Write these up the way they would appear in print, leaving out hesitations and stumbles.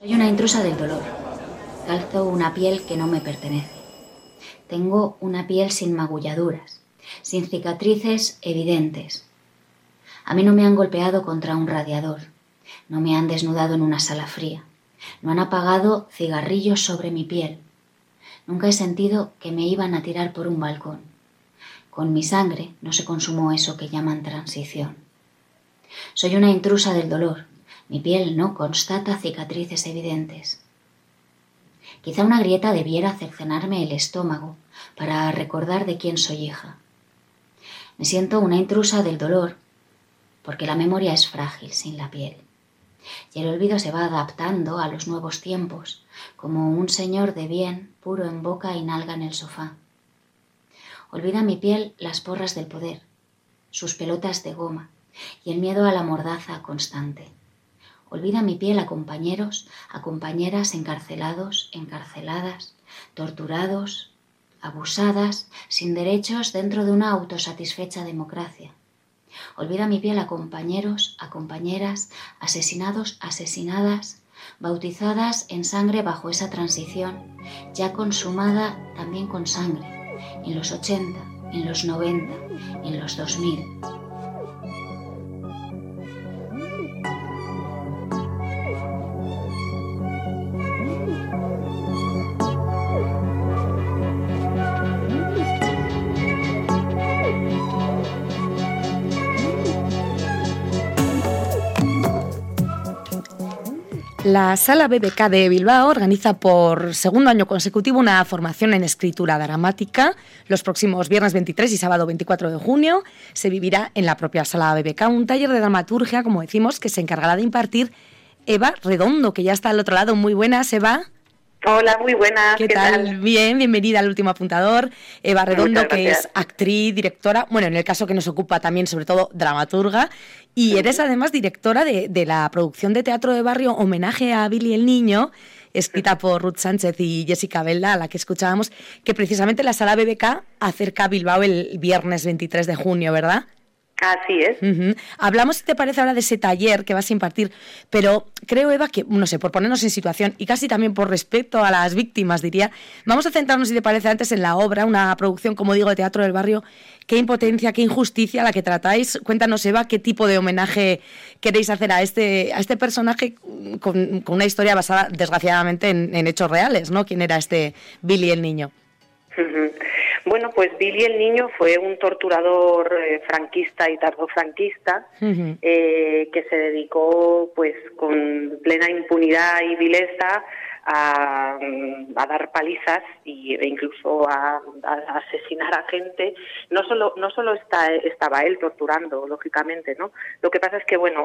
Soy una intrusa del dolor. Calzo una piel que no me pertenece. Tengo una piel sin magulladuras, sin cicatrices evidentes. A mí no me han golpeado contra un radiador, no me han desnudado en una sala fría, no han apagado cigarrillos sobre mi piel. Nunca he sentido que me iban a tirar por un balcón. Con mi sangre no se consumó eso que llaman transición. Soy una intrusa del dolor. Mi piel no constata cicatrices evidentes. Quizá una grieta debiera cercenarme el estómago para recordar de quién soy hija. Me siento una intrusa del dolor porque la memoria es frágil sin la piel. Y el olvido se va adaptando a los nuevos tiempos, como un señor de bien, puro en boca y nalga en el sofá. Olvida mi piel las porras del poder, sus pelotas de goma y el miedo a la mordaza constante. Olvida mi piel a compañeros, a compañeras encarcelados, encarceladas, torturados, abusadas, sin derechos dentro de una autosatisfecha democracia. Olvida mi piel a compañeros, a compañeras, asesinados, asesinadas, bautizadas en sangre bajo esa transición, ya consumada también con sangre, en los 80, en los 90, en los 2000. La Sala BBK de Bilbao organiza por segundo año consecutivo una formación en escritura dramática. Los próximos viernes 23 y sábado 24 de junio se vivirá en la propia Sala BBK un taller de dramaturgia, como decimos, que se encargará de impartir Eva Redondo, que ya está al otro lado. Muy buenas, Eva. Hola, muy buenas. ¿Qué tal? Bien, bienvenida al Último Apuntador. Eva Redondo, que es actriz, directora, bueno, en el caso que nos ocupa también, sobre todo, dramaturga, y eres además directora de la producción de teatro de barrio Homenaje a Billy el Niño, escrita por Ruth Sánchez y Jessica Belda, a la que escuchábamos, que precisamente la Sala BBK acerca a Bilbao el viernes 23 de junio, ¿verdad? Así es. Hablamos, si te parece, ahora de ese taller que vas a impartir, pero creo, Eva, que, no sé, por ponernos en situación y casi también por respeto a las víctimas, diría, vamos a centrarnos, si te parece, antes en la obra, una producción, como digo, de teatro del barrio. Qué impotencia, qué injusticia la que tratáis. Cuéntanos, Eva, qué tipo de homenaje queréis hacer a este personaje con una historia basada, desgraciadamente, en hechos reales, ¿no? ¿Quién era este Billy el Niño? Bueno, pues Billy el Niño fue un torturador franquista y tardofranquista que se dedicó, pues, con plena impunidad y vileza a dar palizas e incluso a asesinar a gente. No solo estaba él torturando, lógicamente, ¿no? Lo que pasa es que, bueno,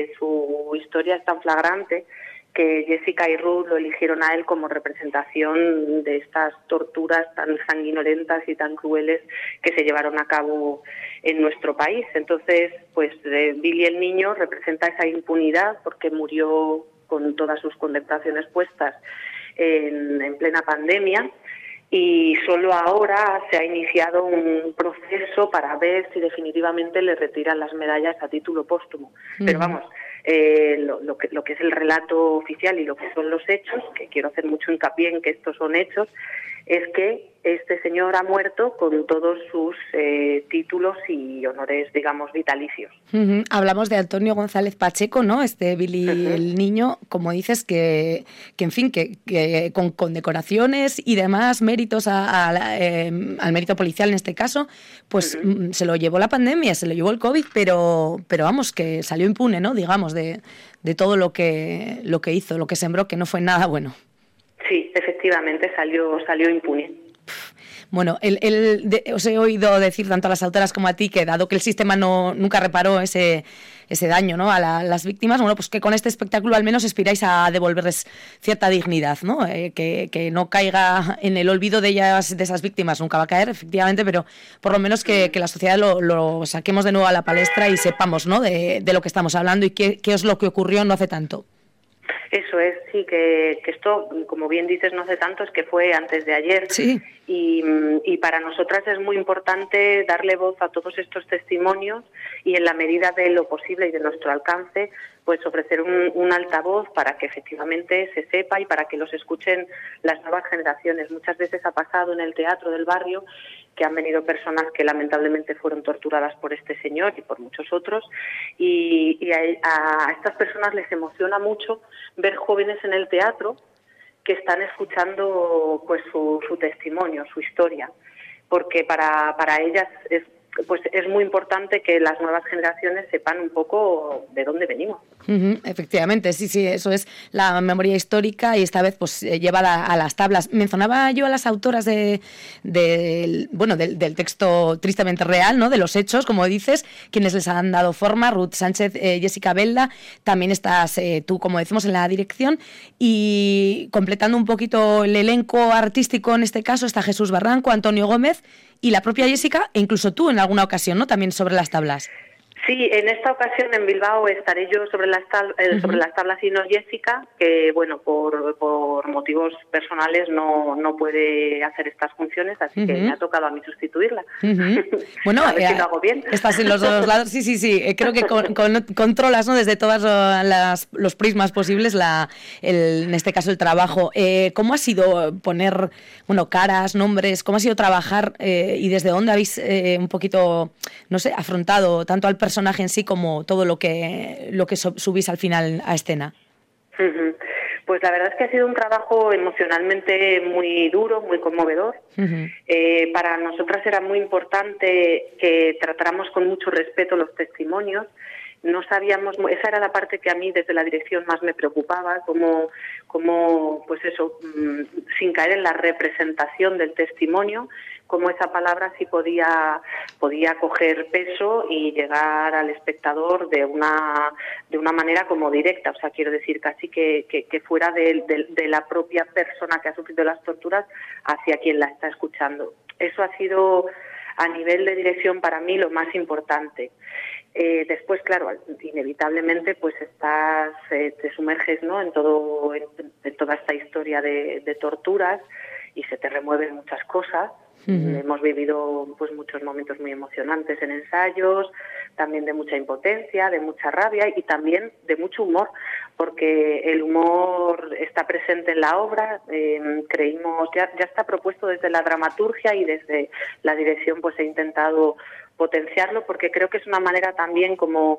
su historia es tan flagrante que Jessica y Ruth lo eligieron a él como representación de estas torturas tan sanguinolentas y tan crueles que se llevaron a cabo en nuestro país. Entonces, pues Billy el Niño representa esa impunidad porque murió con todas sus condecoraciones puestas en plena pandemia, y solo ahora se ha iniciado un proceso para ver si definitivamente le retiran las medallas a título póstumo. Pero vamos, lo que es el relato oficial y lo que son los hechos, que quiero hacer mucho hincapié en que estos son hechos, es que este señor ha muerto con todos sus títulos y honores, digamos, vitalicios. Hablamos de Antonio González Pacheco, ¿no? Este Billy el Niño, como dices, que en fin, que con condecoraciones y demás méritos al mérito policial en este caso, pues se lo llevó la pandemia, se lo llevó el COVID, pero vamos, que salió impune, ¿no? Digamos, de todo lo que hizo, lo que sembró, que no fue nada bueno. Sí, efectivamente, salió impune. Bueno, os he oído decir tanto a las autoras como a ti que, dado que el sistema nunca reparó ese daño, ¿no?, a las víctimas, bueno, pues que con este espectáculo al menos aspiráis a devolverles cierta dignidad, ¿no? Que no caiga en el olvido de esas víctimas, nunca va a caer, efectivamente, pero por lo menos que la sociedad lo saquemos de nuevo a la palestra y sepamos, ¿no?, de lo que estamos hablando y qué es lo que ocurrió no hace tanto. Eso es, sí, que esto, como bien dices, no hace tanto, es que fue antes de ayer. Sí. Y para nosotras es muy importante darle voz a todos estos testimonios y en la medida de lo posible y de nuestro alcance, pues ofrecer un altavoz para que efectivamente se sepa y para que los escuchen las nuevas generaciones. Muchas veces ha pasado en el teatro del barrio que han venido personas que lamentablemente fueron torturadas por este señor y por muchos otros, y a estas personas les emociona mucho ver jóvenes en el teatro que están escuchando pues su testimonio, su historia, porque para ellas es muy importante que las nuevas generaciones sepan un poco de dónde venimos. Efectivamente, sí, eso es la memoria histórica y esta vez pues llevada a las tablas. Mencionaba yo a las autoras del texto tristemente real, ¿no? De los hechos, como dices, quienes les han dado forma, Ruth Sánchez, Jessica Belda, también estás tú, como decimos, en la dirección, y completando un poquito el elenco artístico en este caso está Jesús Barranco, Antonio Gómez y la propia Jessica, e incluso tú en alguna ocasión, ¿no? También sobre las tablas. Sí, en esta ocasión en Bilbao estaré yo sobre las tablas y no Jessica, que bueno, por motivos personales no puede hacer estas funciones, así que me ha tocado a mí sustituirla. Bueno, a ver si lo hago bien. Estás en los dos lados, sí. Creo que controlas, ¿no? Desde todos los prismas posibles, en este caso el trabajo. ¿Cómo ha sido poner, caras, nombres? ¿Cómo ha sido trabajar y desde dónde habéis un poquito, afrontado tanto al personaje en sí como todo lo que subís al final a escena? Pues la verdad es que ha sido un trabajo emocionalmente muy duro, muy conmovedor. Para nosotras era muy importante que tratáramos con mucho respeto los testimonios. No sabíamos, esa era la parte que a mí desde la dirección más me preocupaba, cómo pues eso, sin caer en la representación del testimonio, cómo esa palabra sí podía coger peso y llegar al espectador de una manera como directa, o sea, quiero decir casi que fuera de la propia persona que ha sufrido las torturas hacia quien la está escuchando. Eso ha sido a nivel de dirección para mí lo más importante. Después, claro, inevitablemente pues te sumerges, ¿no? en toda esta historia de torturas y se te remueven muchas cosas. Hemos vivido pues muchos momentos muy emocionantes en ensayos, también de mucha impotencia, de mucha rabia y también de mucho humor, porque el humor está presente en la obra. Creímos, ya está propuesto desde la dramaturgia y desde la dirección pues he intentado potenciarlo, porque creo que es una manera también como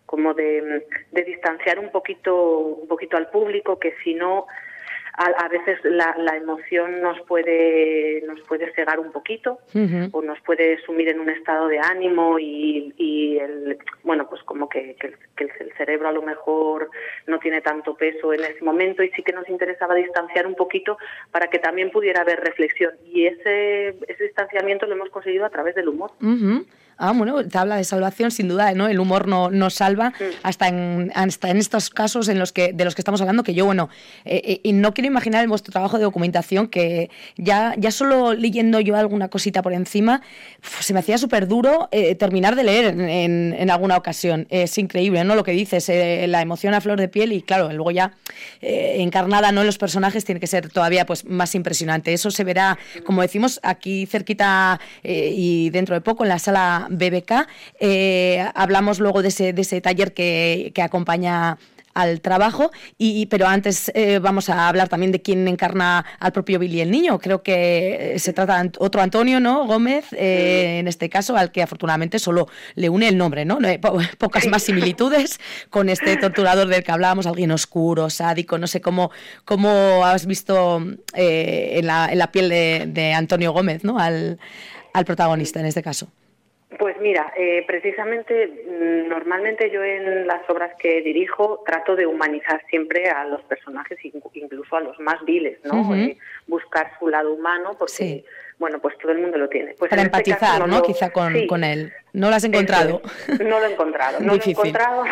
de distanciar un poquito al público, que si no a veces la emoción nos puede cegar un poquito o nos puede sumir en un estado de ánimo y pues como que el cerebro a lo mejor no tiene tanto peso en ese momento, y sí que nos interesaba distanciar un poquito para que también pudiera haber reflexión, y ese distanciamiento lo hemos conseguido a través del humor. Tabla de salvación, sin duda, ¿no? El humor nos salva hasta en estos casos de los que estamos hablando, que yo, y no quiero imaginar en vuestro trabajo de documentación, que ya solo leyendo yo alguna cosita por encima, se me hacía súper duro terminar de leer en alguna ocasión. Es increíble, ¿no? Lo que dices, la emoción a flor de piel, y claro, luego ya encarnada, ¿no? en los personajes tiene que ser todavía pues más impresionante. Eso se verá, como decimos, aquí cerquita y dentro de poco en la sala BBK. Hablamos luego de ese taller que acompaña al trabajo, pero antes vamos a hablar también de quién encarna al propio Billy el niño. Creo que se trata de otro Antonio, ¿no? Gómez, en este caso, al que afortunadamente solo le une el nombre, ¿no? Pocas más similitudes con este torturador del que hablábamos, alguien oscuro, sádico. No sé cómo has visto en la piel de Antonio Gómez, ¿no? al protagonista en este caso. Pues mira, precisamente, normalmente yo en las obras que dirijo trato de humanizar siempre a los personajes, incluso a los más viles, ¿no? Buscar su lado humano, porque, sí. Pues todo el mundo lo tiene. Pues para empatizar, caso, ¿no? Quizá con él. ¿No lo has encontrado? No lo he encontrado, no lo he encontrado.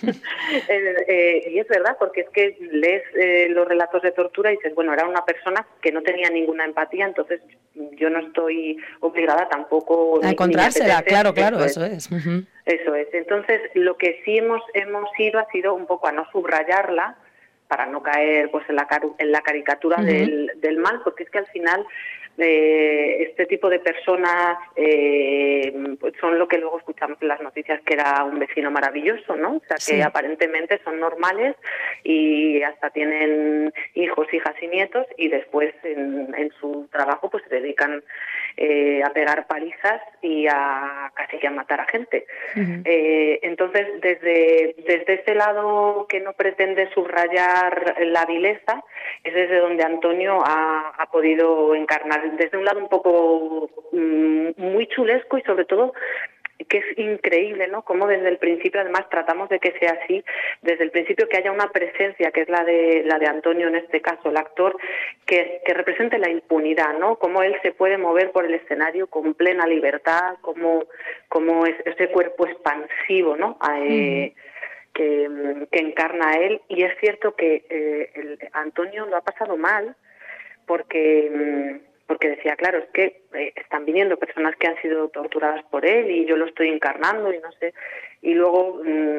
Y es verdad, porque es que lees los relatos de tortura y dices, era una persona que no tenía ninguna empatía, entonces yo no estoy obligada tampoco a encontrársela, claro, eso es. Eso es. Entonces, lo que sí hemos ido ha sido un poco a no subrayarla, para no caer pues en la caricatura del mal, porque es que al final este tipo de personas pues son lo que luego escuchamos en las noticias, que era un vecino maravilloso, ¿no? O sea, que aparentemente son normales y hasta tienen hijos, hijas y nietos, y después en su trabajo pues se dedican a pegar palizas y a casi que a matar a gente. Entonces, desde ese lado que no pretende subrayar la vileza, es desde donde Antonio ha podido encarnar, desde un lado un poco muy chulesco y sobre todo que es increíble, ¿no? Como desde el principio, además, tratamos de que sea así, desde el principio que haya una presencia, que es la de Antonio en este caso, el actor, que represente la impunidad, ¿no? Cómo él se puede mover por el escenario con plena libertad, cómo es ese cuerpo expansivo, ¿no? Que encarna él. Y es cierto que Antonio lo ha pasado mal porque decía, claro, es que están viniendo personas que han sido torturadas por él y yo lo estoy encarnando y no sé. Y luego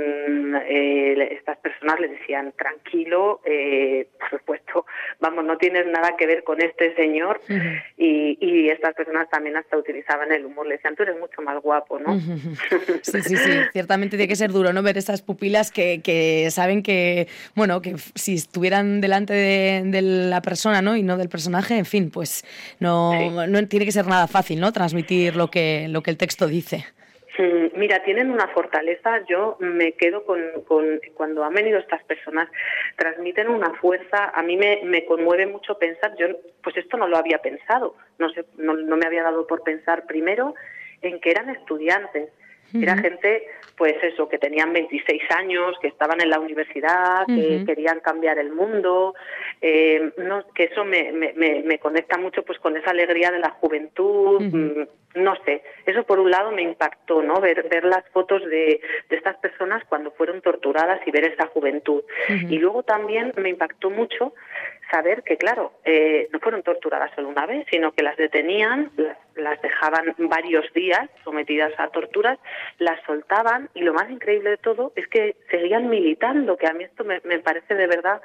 estas personas le decían, tranquilo, por supuesto, vamos, no tienes nada que ver con este señor. Y estas personas también hasta utilizaban el humor, le decían, tú eres mucho más guapo, ¿no? Sí, ciertamente tiene que ser duro, ¿no? Ver estas pupilas que saben que, bueno, que si estuvieran delante de la persona, ¿no? Y no del personaje, en fin, pues no tiene que ser nada fácil, ¿no? Transmitir lo que el texto dice. Mira, tienen una fortaleza. Yo me quedo con cuando han venido estas personas, transmiten una fuerza. A mí me conmueve mucho pensar, yo pues esto no lo había pensado, no sé, no me había dado por pensar primero en que eran estudiantes. Era gente, pues eso, que tenían 26 años, que estaban en la universidad, que querían cambiar el mundo, que eso me conecta mucho pues con esa alegría de la juventud, no sé, eso por un lado me impactó, ¿no? Ver las fotos de estas personas cuando fueron torturadas y ver esa juventud. Y luego también me impactó mucho saber que, claro, no fueron torturadas solo una vez, sino que las detenían, las dejaban varios días sometidas a torturas, las soltaban, y lo más increíble de todo es que seguían militando, que a mí esto me parece de verdad,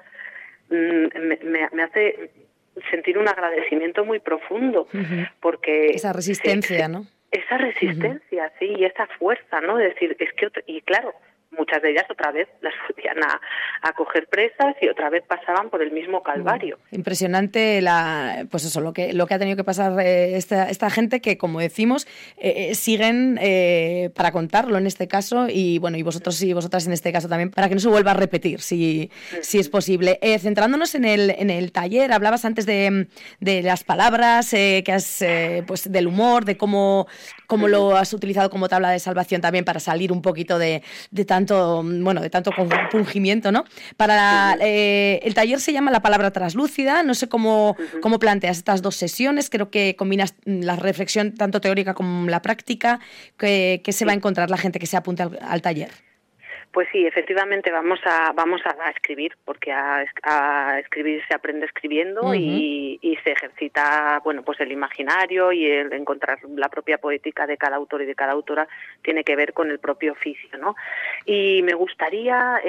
me hace sentir un agradecimiento muy profundo, porque esa resistencia, ¿no? Esa resistencia, sí, y esa fuerza, ¿no? De decir, es que, y claro, muchas de ellas otra vez las volvían a coger presas y otra vez pasaban por el mismo calvario. Impresionante pues eso, lo que ha tenido que pasar esta gente que, como decimos, siguen para contarlo en este caso, y bueno, y vosotros y vosotras en este caso también, para que no se vuelva a repetir, si es posible. Centrándonos en el taller, hablabas antes de las palabras, que has, pues del humor, de cómo lo has utilizado como tabla de salvación también para salir un poquito de tanto compungimiento, ¿no? Para el taller se llama La palabra traslúcida. No sé cómo planteas estas dos sesiones. Creo que combinas la reflexión tanto teórica como la práctica. ¿Qué se va a encontrar la gente que se apunte al taller? Pues sí, efectivamente vamos a escribir, porque a escribir se aprende escribiendo y se ejercita, bueno, pues el imaginario, y el encontrar la propia poética de cada autor y de cada autora tiene que ver con el propio oficio, ¿no? Y me gustaría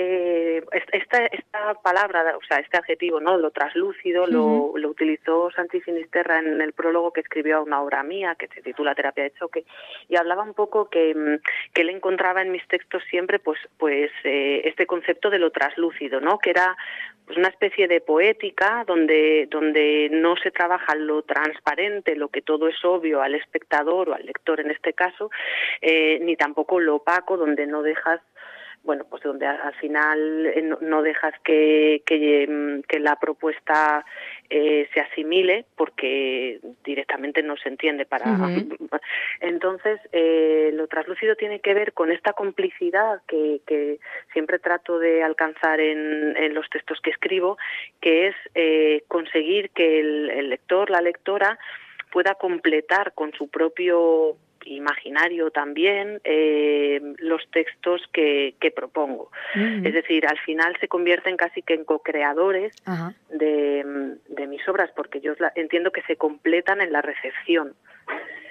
esta palabra, o sea, este adjetivo, ¿no? Lo traslúcido, lo utilizó Santi Finisterra en el prólogo que escribió a una obra mía que se titula Terapia de choque, y hablaba un poco que él encontraba en mis textos siempre pues este concepto de lo traslúcido, ¿no? Que era pues una especie de poética donde no se trabaja lo transparente, lo que todo es obvio al espectador o al lector en este caso, ni tampoco lo opaco, donde no dejas, bueno, pues donde al final no dejas que la propuesta se asimile, porque directamente no se entiende Entonces, lo traslúcido tiene que ver con esta complicidad que siempre trato de alcanzar en los textos que escribo, que es conseguir que el lector, la lectora, pueda completar con su propio imaginario también los textos que propongo. Es decir, al final se convierten casi que en co-creadores de mis obras, porque yo entiendo que se completan en la recepción.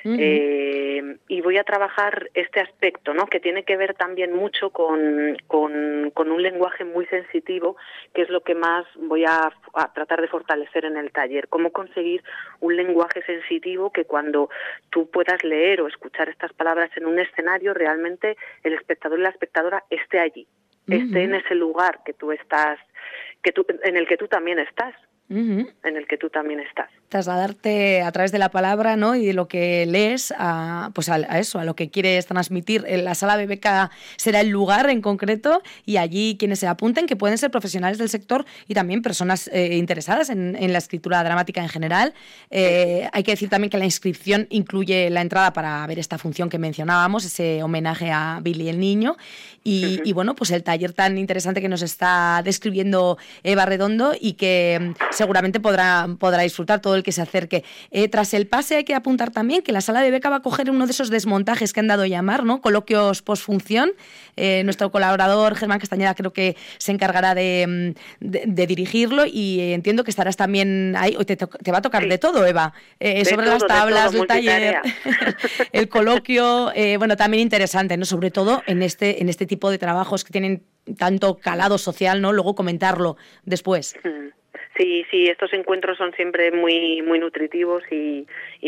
Y voy a trabajar este aspecto, ¿no? Que tiene que ver también mucho con un lenguaje muy sensitivo, que es lo que más voy a tratar de fortalecer en el taller. Cómo conseguir un lenguaje sensitivo que cuando tú puedas leer o escuchar estas palabras en un escenario, realmente el espectador y la espectadora esté allí, esté en ese lugar que tú estás, en el que tú también estás. En el que tú también estás. Trasladarte a través de la palabra, ¿no? Y de lo que lees a eso, a lo que quieres transmitir. La sala BBK será el lugar en concreto y allí quienes se apunten, que pueden ser profesionales del sector y también personas interesadas en la escritura dramática en general. Hay que decir también que la inscripción incluye la entrada para ver esta función que mencionábamos, ese homenaje a Billy el Niño. Y bueno, pues el taller tan interesante que nos está describiendo Eva Redondo y que seguramente podrá disfrutar todo el que se acerque. Tras el pase hay que apuntar también que la sala de BBK va a coger uno de esos desmontajes que han dado a llamar, ¿no? Coloquios postfunción. Nuestro colaborador Germán Castañeda creo que se encargará de dirigirlo y entiendo que estarás también ahí. Te va a tocar de todo, Eva. Sobre todo, las tablas, el taller, el coloquio. Bueno, también interesante, ¿no? Sobre todo en este tipo de trabajos que tienen tanto calado social, ¿no? Luego comentarlo después. Sí, estos encuentros son siempre muy muy nutritivos y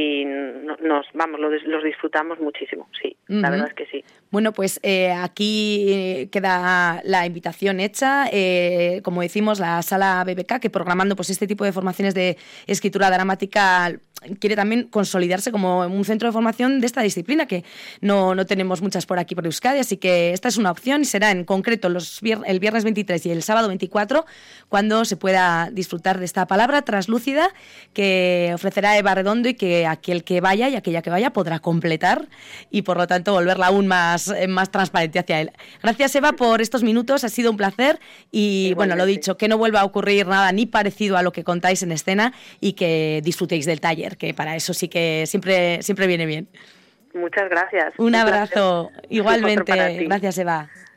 los disfrutamos muchísimo, sí, la verdad es que sí. Bueno, pues aquí queda la invitación hecha. Como decimos, la sala BBK, que programando pues este tipo de formaciones de escritura dramática quiere también consolidarse como un centro de formación de esta disciplina, que no tenemos muchas por aquí por Euskadi, así que esta es una opción y será en concreto el viernes 23 y el sábado 24 cuando se pueda disfrutar de esta palabra translúcida que ofrecerá Eva Redondo y que aquel que vaya y aquella que vaya podrá completar y por lo tanto volverla aún más transparente hacia él. Gracias, Eva, por estos minutos, ha sido un placer y igualmente. Bueno, lo dicho, que no vuelva a ocurrir nada ni parecido a lo que contáis en escena y que disfrutéis del taller, que para eso sí que siempre viene bien. Muchas gracias. Un abrazo, igualmente. Gracias, Eva.